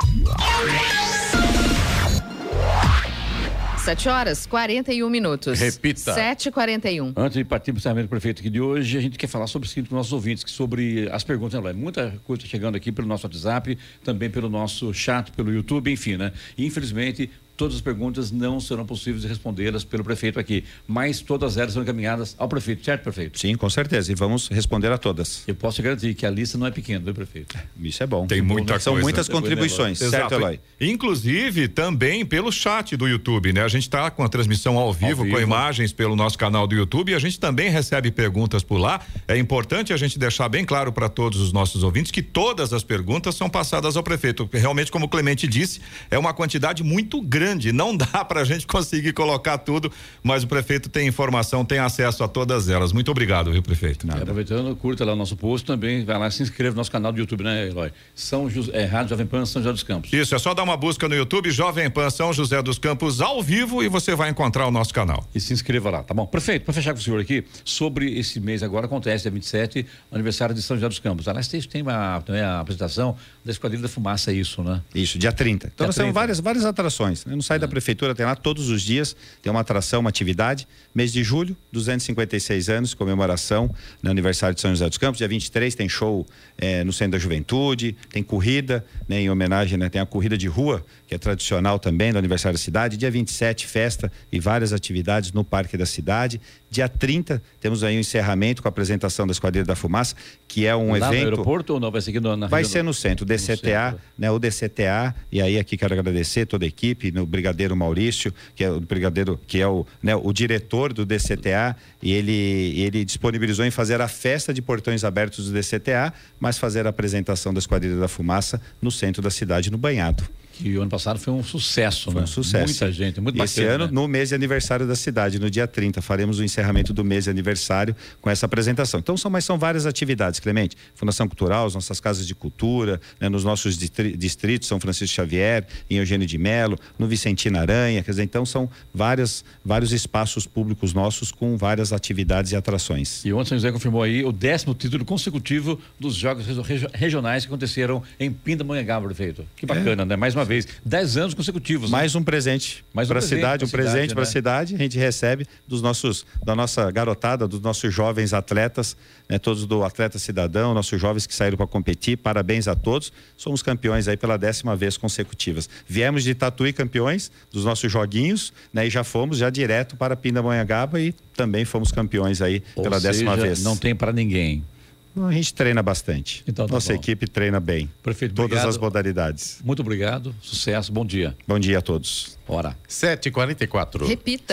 S2: 7h41.
S1: Repita.
S2: 7h41.
S3: Antes de partir para o encerramento do prefeito aqui de hoje, a gente quer falar sobre o seguinte para os nossos ouvintes, sobre as perguntas, né? Muita coisa chegando aqui pelo nosso WhatsApp, também pelo nosso chat, pelo YouTube, enfim, né? E, infelizmente, todas as perguntas não serão possíveis de respondê-las pelo prefeito aqui, mas todas elas são encaminhadas ao prefeito, certo, prefeito?
S5: Sim, com certeza, e vamos responder a todas.
S3: Eu posso te garantir que a lista não é pequena, do prefeito.
S5: Isso é bom.
S4: Tem muita coisa.
S5: São muitas contribuições, certo, Eloy?
S4: Inclusive também pelo chat do YouTube, né? A gente está com a transmissão ao vivo, com imagens pelo nosso canal do YouTube, e a gente também recebe perguntas por lá. É importante a gente deixar bem claro para todos os nossos ouvintes que todas as perguntas são passadas ao prefeito, porque realmente, como o Clemente disse, é uma quantidade muito grande, não dá pra gente conseguir colocar tudo, mas o prefeito tem informação, tem acesso a todas elas. Muito obrigado, viu, prefeito?
S3: Aproveitando, curta lá o nosso post também, vai lá e se inscreva no nosso canal do YouTube, né, Eloy? Rádio Jovem Pan São José dos Campos.
S4: Isso, é só dar uma busca no YouTube, Jovem Pan São José dos Campos ao vivo, e você vai encontrar o nosso canal.
S3: E se inscreva lá, tá bom? Prefeito, para fechar com o senhor aqui, sobre esse mês agora, acontece, dia 27, aniversário de São José dos Campos. Aliás, tem também a apresentação da Esquadrilha da Fumaça, isso, né?
S5: Isso, dia 30. Então, nós temos várias atrações, né? No site da prefeitura tem lá todos os dias, tem uma atração, uma atividade. Mês de julho, 256 anos, comemoração no aniversário de São José dos Campos. Dia 23 tem show no Centro da Juventude, tem corrida, né, em homenagem, né, tem a corrida de rua, que é tradicional também do aniversário da cidade. Dia 27, festa e várias atividades no Parque da Cidade. Dia 30, temos aí um encerramento com a apresentação da Esquadrilha da Fumaça, que é um evento...
S3: no aeroporto ou não? Vai seguir na
S5: Vai ser no centro, o DCTA, né? O DCTA, e aí aqui quero agradecer toda a equipe, no Brigadeiro Maurício, que é o brigadeiro, que é o diretor do DCTA, e ele disponibilizou em fazer a festa de portões abertos do DCTA, mas fazer a apresentação da Esquadrilha da Fumaça no centro da cidade, no Banhado.
S3: Que o ano passado foi um sucesso, né?
S5: Um sucesso.
S3: Muita gente, muito bacana.
S5: Esse ano,
S3: né?
S5: no mês de aniversário da cidade, no dia 30, faremos o encerramento do mês de aniversário com essa apresentação. Então, são várias atividades, Clemente. Fundação Cultural, as nossas casas de cultura, né, nos nossos distritos, São Francisco Xavier, em Eugênio de Melo, no Vicentina Aranha, quer dizer, então são vários espaços públicos nossos com várias atividades e atrações.
S3: E ontem São José confirmou aí o 10º título consecutivo dos Jogos Regionais que aconteceram em Pindamonhangaba, prefeito. Que bacana, né? Mais uma vez, 10 anos consecutivos.
S5: Mais um presente para a cidade, um presente para a cidade. A gente recebe da nossa garotada, dos nossos jovens atletas, né, todos do Atleta Cidadão, nossos jovens que saíram para competir. Parabéns a todos. Somos campeões aí pela 10ª vez consecutivas. Viemos de Tatuí campeões dos nossos joguinhos, né, e já fomos direto para Pindamonhangaba e também fomos campeões aí pela 10ª vez.
S3: Não tem para ninguém.
S5: A gente treina bastante.
S3: Então,
S5: nossa equipe treina bem.
S3: Prefeito,
S5: todas
S3: obrigado.
S5: as modalidades.
S3: Muito obrigado, sucesso, bom dia.
S5: Bom dia a todos.
S3: Hora.
S1: 7h44.
S2: Repita.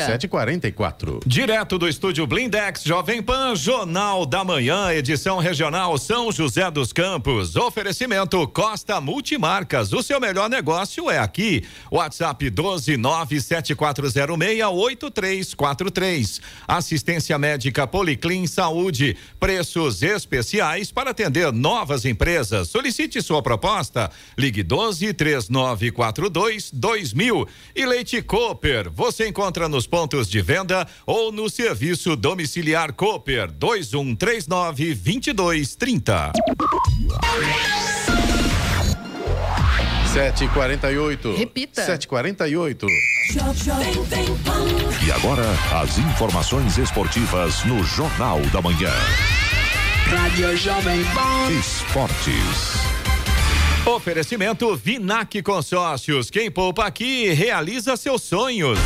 S1: 7h44.
S4: Direto do estúdio Blindex, Jovem Pan, Jornal da Manhã, edição regional São José dos Campos. Oferecimento Costa Multimarcas, o seu melhor negócio é aqui. WhatsApp 12974068343. Assistência médica Policlin Saúde. Preços especiais para atender novas empresas. Solicite sua proposta. Ligue 123942-2000. E Leite Cooper, você encontra nos pontos de venda ou no serviço domiciliar Cooper 2139-2230.
S1: 7h48.
S2: Repita.
S1: 7h48.
S6: E agora, as informações esportivas no Jornal da Manhã.
S7: Rádio Jovem Pan.
S6: Esportes.
S4: Oferecimento Vinac Consórcios. Quem poupa aqui realiza seus sonhos.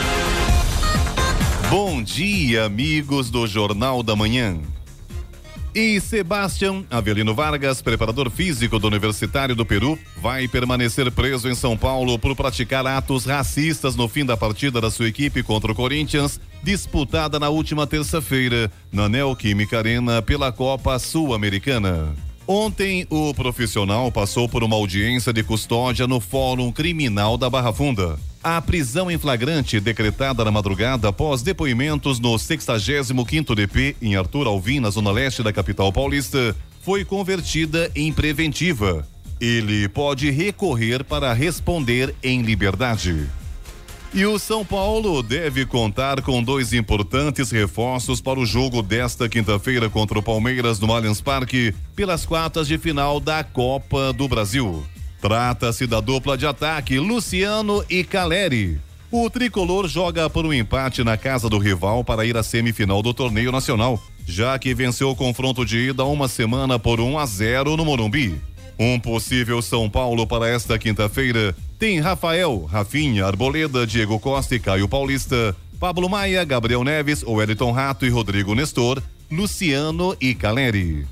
S8: Bom dia, amigos do Jornal da Manhã. E Sebastião Avelino Vargas, preparador físico do Universitário do Peru, vai permanecer preso em São Paulo por praticar atos racistas no fim da partida da sua equipe contra o Corinthians, disputada na última terça-feira, na Neoquímica Arena pela Copa Sul-Americana. Ontem, o profissional passou por uma audiência de custódia no Fórum Criminal da Barra Funda. A prisão em flagrante, decretada na madrugada após depoimentos no 65º DP em Arthur Alvim, na zona leste da capital paulista, foi convertida em preventiva. Ele pode recorrer para responder em liberdade. E o São Paulo deve contar com 2 importantes reforços para o jogo desta quinta-feira contra o Palmeiras no Allianz Parque, pelas quartas de final da Copa do Brasil. Trata-se da dupla de ataque Luciano e Caleri. O tricolor joga por um empate na casa do rival para ir à semifinal do torneio nacional, já que venceu o confronto de ida há uma semana por 1-0 no Morumbi. Um possível São Paulo para esta quinta-feira tem Rafael, Rafinha, Arboleda, Diego Costa e Caio Paulista, Pablo Maia, Gabriel Neves, Wellington Rato e Rodrigo Nestor, Luciano e Caleri.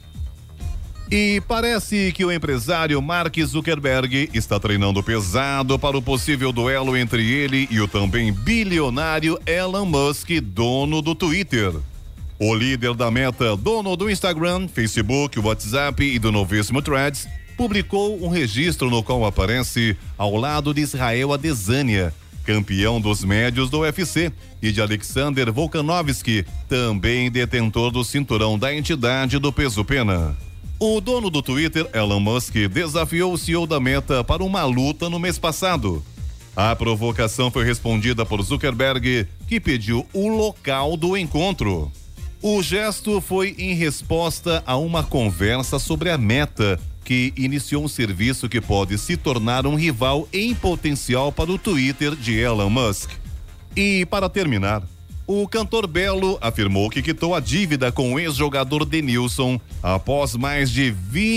S8: E parece que o empresário Mark Zuckerberg está treinando pesado para o possível duelo entre ele e o também bilionário Elon Musk, dono do Twitter. O líder da Meta, dono do Instagram, Facebook, WhatsApp e do novíssimo Threads, publicou um registro no qual aparece ao lado de Israel Adesanya, campeão dos médios do UFC, e de Alexander Volkanovski, também detentor do cinturão da entidade do peso-pena. O dono do Twitter, Elon Musk, desafiou o CEO da Meta para uma luta no mês passado. A provocação foi respondida por Zuckerberg, que pediu o local do encontro. O gesto foi em resposta a uma conversa sobre a Meta, que iniciou um serviço que pode se tornar um rival em potencial para o Twitter de Elon Musk. E, para terminar, o cantor Belo afirmou que quitou a dívida com o ex-jogador Denilson após mais de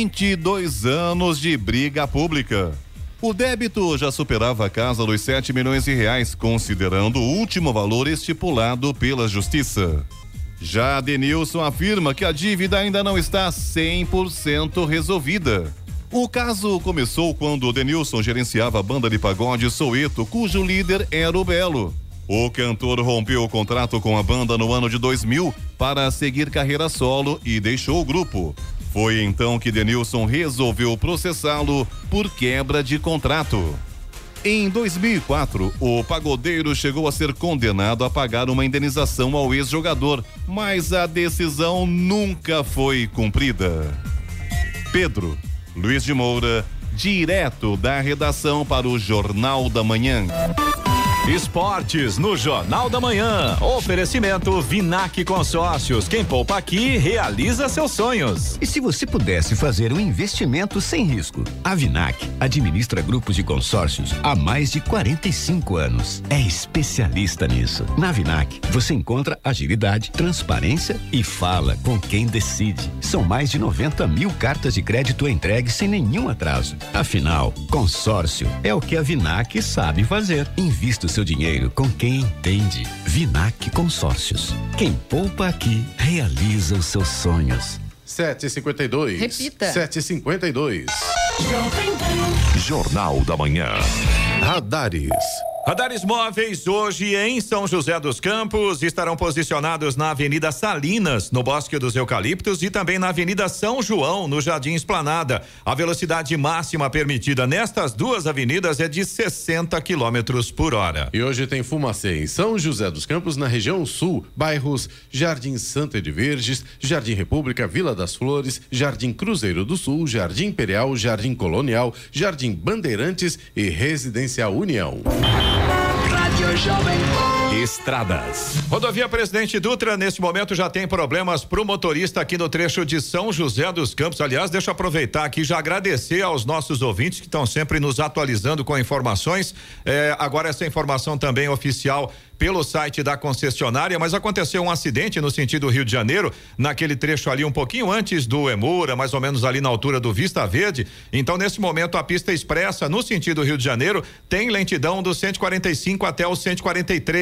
S8: 22 anos de briga pública. O débito já superava a casa dos 7 milhões de reais, considerando o último valor estipulado pela Justiça. Já Denilson afirma que a dívida ainda não está 100% resolvida. O caso começou quando o Denilson gerenciava a banda de pagode Soweto, cujo líder era o Belo. O cantor rompeu o contrato com a banda no ano de 2000 para seguir carreira solo e deixou o grupo. Foi então que Denilson resolveu processá-lo por quebra de contrato. Em 2004, o pagodeiro chegou a ser condenado a pagar uma indenização ao ex-jogador, mas a decisão nunca foi cumprida. Pedro Luiz de Moura, direto da redação para o Jornal da Manhã.
S4: Esportes no Jornal da Manhã. Oferecimento Vinac Consórcios. Quem poupa aqui realiza seus sonhos.
S9: E se você pudesse fazer um investimento sem risco? A Vinac administra grupos de consórcios há mais de 45 anos. É especialista nisso. Na Vinac, você encontra agilidade, transparência e fala com quem decide. São mais de 90 mil cartas de crédito entregues sem nenhum atraso. Afinal, consórcio é o que a Vinac sabe fazer. Invista seu dinheiro com quem entende. Vinac Consórcios. Quem poupa aqui realiza os seus sonhos.
S1: 7h52.
S2: Repita.
S1: 7h52.
S6: Jornal da Manhã.
S1: Radares.
S4: Radares móveis hoje em São José dos Campos estarão posicionados na Avenida Salinas, no Bosque dos Eucaliptos, e também na Avenida São João, no Jardim Esplanada. A velocidade máxima permitida nestas duas avenidas é de 60 km/h.
S1: E hoje tem fumacê em São José dos Campos, na região sul, bairros Jardim Santa de Verges, Jardim República, Vila das Flores, Jardim Cruzeiro do Sul, Jardim Imperial, Jardim Colonial, Jardim Bandeirantes e Residencial União.
S7: Rádio Jovem Pan.
S4: Estradas. Rodovia Presidente Dutra, neste momento, já tem problemas para o motorista aqui no trecho de São José dos Campos. Aliás, deixa eu aproveitar aqui e já agradecer aos nossos ouvintes que estão sempre nos atualizando com informações. Agora essa informação também oficial pelo site da concessionária, mas aconteceu um acidente no sentido Rio de Janeiro, naquele trecho ali um pouquinho antes do Emura, mais ou menos ali na altura do Vista Verde. Então, nesse momento, a pista expressa no sentido Rio de Janeiro tem lentidão do 145 até o 143.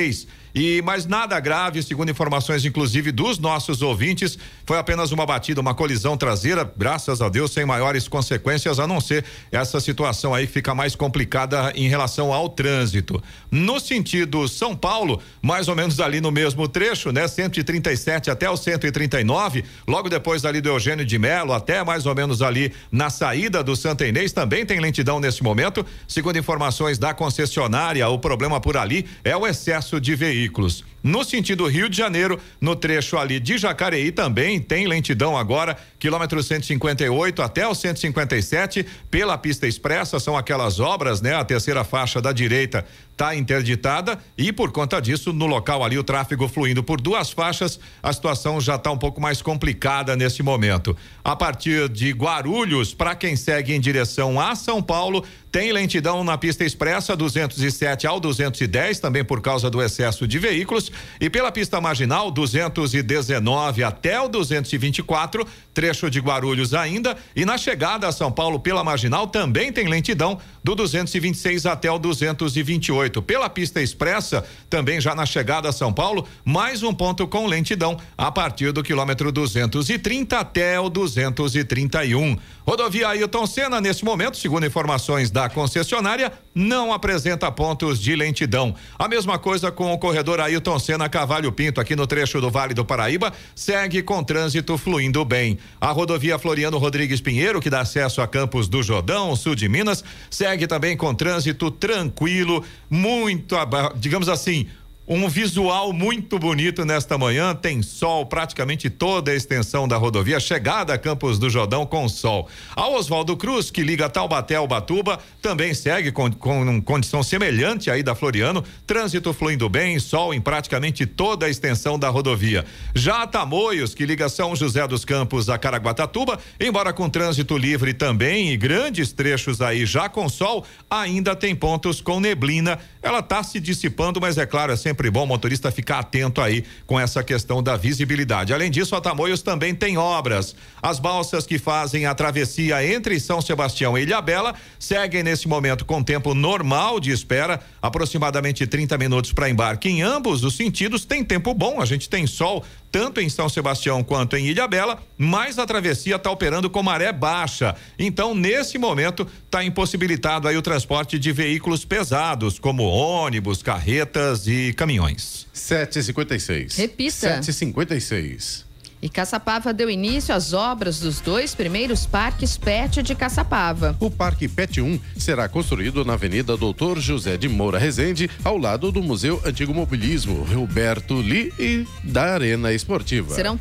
S4: mas nada grave, segundo informações inclusive dos nossos ouvintes, foi apenas uma batida, uma colisão traseira, graças a Deus, sem maiores consequências, a não ser essa situação aí que fica mais complicada em relação ao trânsito. No sentido São Paulo, mais ou menos ali no mesmo trecho, né? 137 até o 139, logo depois ali do Eugênio de Melo, até mais ou menos ali na saída do Santa Inês, também tem lentidão nesse momento. Segundo informações da concessionária, o problema por ali é o excesso de veículos. No sentido Rio de Janeiro, no trecho ali de Jacareí também tem lentidão agora, quilômetro 158 até o 157, pela pista expressa, são aquelas obras, né? A terceira faixa da direita está interditada e por conta disso, no local ali, o tráfego fluindo por duas faixas, a situação já está um pouco mais complicada nesse momento. A partir de Guarulhos, para quem segue em direção a São Paulo, tem lentidão na pista expressa 207 ao 210, também por causa do excesso de veículos, e pela pista marginal 219 até o 224, trecho de Guarulhos ainda, e na chegada a São Paulo pela marginal também tem lentidão do 226 até o 228. Pela pista expressa, também já na chegada a São Paulo, mais um ponto com lentidão a partir do quilômetro 230 até o 231. Rodovia Ailton Senna, nesse momento, segundo informações da concessionária, não apresenta pontos de lentidão. A mesma coisa com o corredor Ailton Senna Cavalho Pinto, aqui no trecho do Vale do Paraíba, segue com trânsito fluindo bem. A rodovia Floriano Rodrigues Pinheiro, que dá acesso a Campos do Jordão, sul de Minas, segue também com trânsito tranquilo, muito, digamos assim, um visual muito bonito nesta manhã, tem sol praticamente toda a extensão da rodovia, chegada a Campos do Jordão com sol. A Oswaldo Cruz, que liga Taubaté ao Ubatuba, também segue com condição semelhante aí da Floriano, trânsito fluindo bem, sol em praticamente toda a extensão da rodovia. Já a Tamoios, que liga São José dos Campos a Caraguatatuba, embora com trânsito livre também e grandes trechos aí já com sol, ainda tem pontos com neblina. Ela está se dissipando, mas é claro, é sempre bom o motorista ficar atento aí com essa questão da visibilidade. Além disso, a Tamoios também tem obras. As balsas que fazem a travessia entre São Sebastião e Ilhabela seguem nesse momento com tempo normal de espera, aproximadamente 30 minutos para embarque em ambos os sentidos. Tem tempo bom, a gente tem sol tanto em São Sebastião quanto em Ilhabela, mas a travessia está operando com maré baixa. Então, nesse momento, está impossibilitado aí o transporte de veículos pesados, como ônibus, carretas e caminhões.
S1: 7h56.
S2: Repita.
S1: 7h56.
S2: E Caçapava deu início às obras dos 2 primeiros parques PET de Caçapava.
S1: O Parque PET 1 será construído na Avenida Doutor José de Moura Rezende, ao lado do Museu Antigo Mobilismo, Roberto Li e da Arena Esportiva.
S2: Serão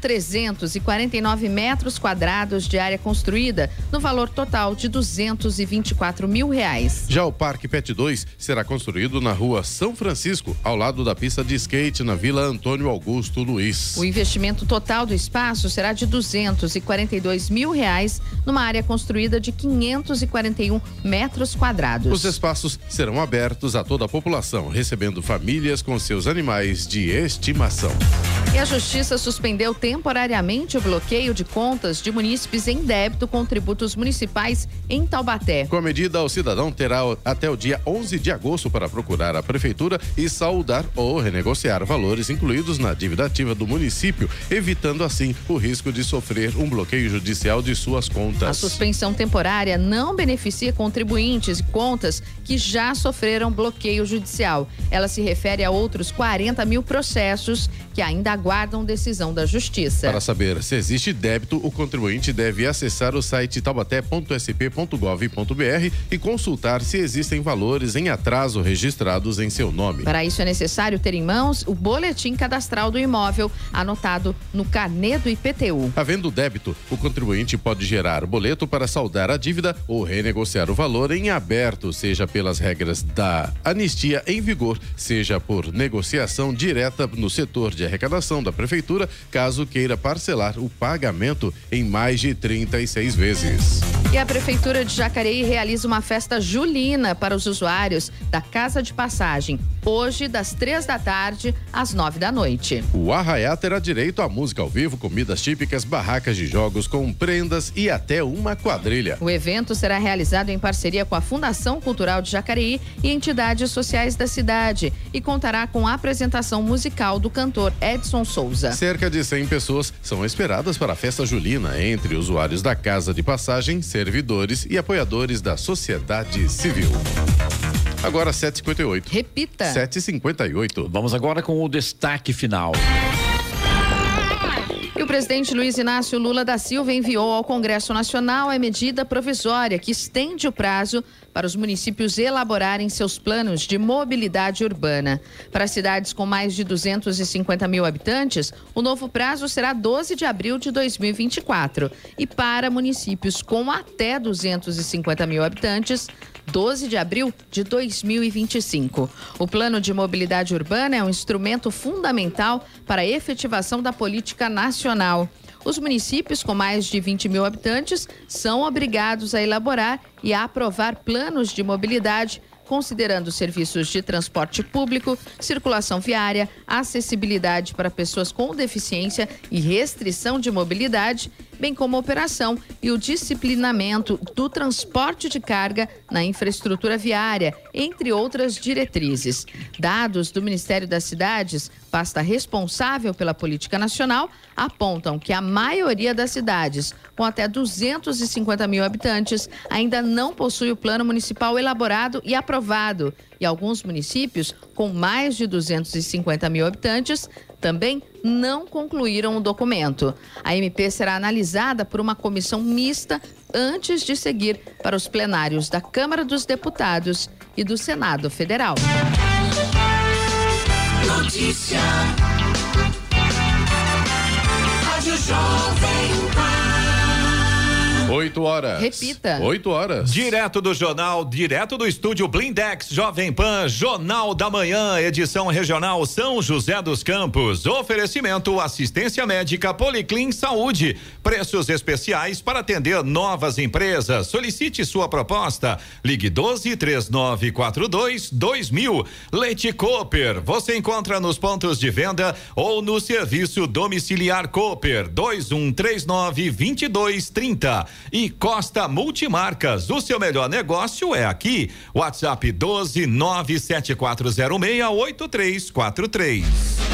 S2: 349 metros quadrados de área construída, no valor total de R$224 mil.
S1: Já o Parque PET 2 será construído na Rua São Francisco, ao lado da pista de skate na Vila Antônio Augusto Luiz.
S2: O investimento total do espaço será de R$242 mil, numa área construída de 541 metros quadrados.
S1: Os espaços serão abertos a toda a população, recebendo famílias com seus animais de estimação.
S2: E a Justiça suspendeu temporariamente o bloqueio de contas de munícipes em débito com tributos municipais em Taubaté.
S1: Com a medida, o cidadão terá até o dia 11 de agosto para procurar a prefeitura e saldar ou renegociar valores incluídos na dívida ativa do município, evitando assim o risco de sofrer um bloqueio judicial de suas contas.
S2: A suspensão temporária não beneficia contribuintes e contas que já sofreram bloqueio judicial. Ela se refere a outros 40 mil processos que ainda aguardam decisão da Justiça.
S1: Para saber se existe débito, o contribuinte deve acessar o site taubaté.sp.gov.br e consultar se existem valores em atraso registrados em seu nome.
S2: Para isso é necessário ter em mãos o boletim cadastral do imóvel anotado no carnê do IPTU.
S1: Havendo débito, o contribuinte pode gerar boleto para saldar a dívida ou renegociar o valor em aberto, seja pelas regras da anistia em vigor, seja por negociação direta no setor de arrecadação da prefeitura, caso queira parcelar o pagamento em mais de 36 vezes.
S2: E a Prefeitura de Jacareí realiza uma festa julina para os usuários da Casa de Passagem, hoje das 3 da tarde às 9 da noite.
S1: O Arraiá terá direito a música ao vivo, comidas típicas, barracas de jogos com prendas e até uma quadrilha.
S2: O evento será realizado em parceria com a Fundação Cultural de Jacareí e entidades sociais da cidade e contará com a apresentação musical do cantor Edson Souza.
S1: Cerca de 100 pessoas são esperadas para a festa julina, entre usuários da Casa de Passagem, servidores e apoiadores da sociedade civil. Agora 7h58.
S2: Repita.
S1: 7h58.
S3: Vamos agora com o destaque final.
S2: E o presidente Luiz Inácio Lula da Silva enviou ao Congresso Nacional a medida provisória que estende o prazo para os municípios elaborarem seus planos de mobilidade urbana. Para cidades com mais de 250 mil habitantes, o novo prazo será 12 de abril de 2024. E para municípios com até 250 mil habitantes, 12 de abril de 2025. O Plano de Mobilidade Urbana é um instrumento fundamental para a efetivação da política nacional. Os municípios com mais de 20 mil habitantes são obrigados a elaborar e a aprovar planos de mobilidade, considerando serviços de transporte público, circulação viária, acessibilidade para pessoas com deficiência e restrição de mobilidade, bem como a operação e o disciplinamento do transporte de carga na infraestrutura viária, entre outras diretrizes. Dados do Ministério das Cidades, pasta responsável pela política nacional, apontam que a maioria das cidades com até 250 mil habitantes ainda não possui o plano municipal elaborado e aprovado. E alguns municípios com mais de 250 mil habitantes também não concluíram o documento. A MP será analisada por uma comissão mista antes de seguir para os plenários da Câmara dos Deputados e do Senado Federal.
S7: Notícia. Rádio Jovem Pan.
S1: 8 horas.
S2: Repita.
S1: 8 horas.
S4: Direto do jornal, direto do estúdio Blindex Jovem Pan, Jornal da Manhã, edição regional São José dos Campos. Oferecimento assistência médica Policlin Saúde. Preços especiais para atender novas empresas. Solicite sua proposta. Ligue 12-3942-2000. Leite Cooper. Você encontra nos pontos de venda ou no serviço domiciliar Cooper 2139-2230. E Costa Multimarcas, o seu melhor negócio é aqui. WhatsApp 12 97406 8343.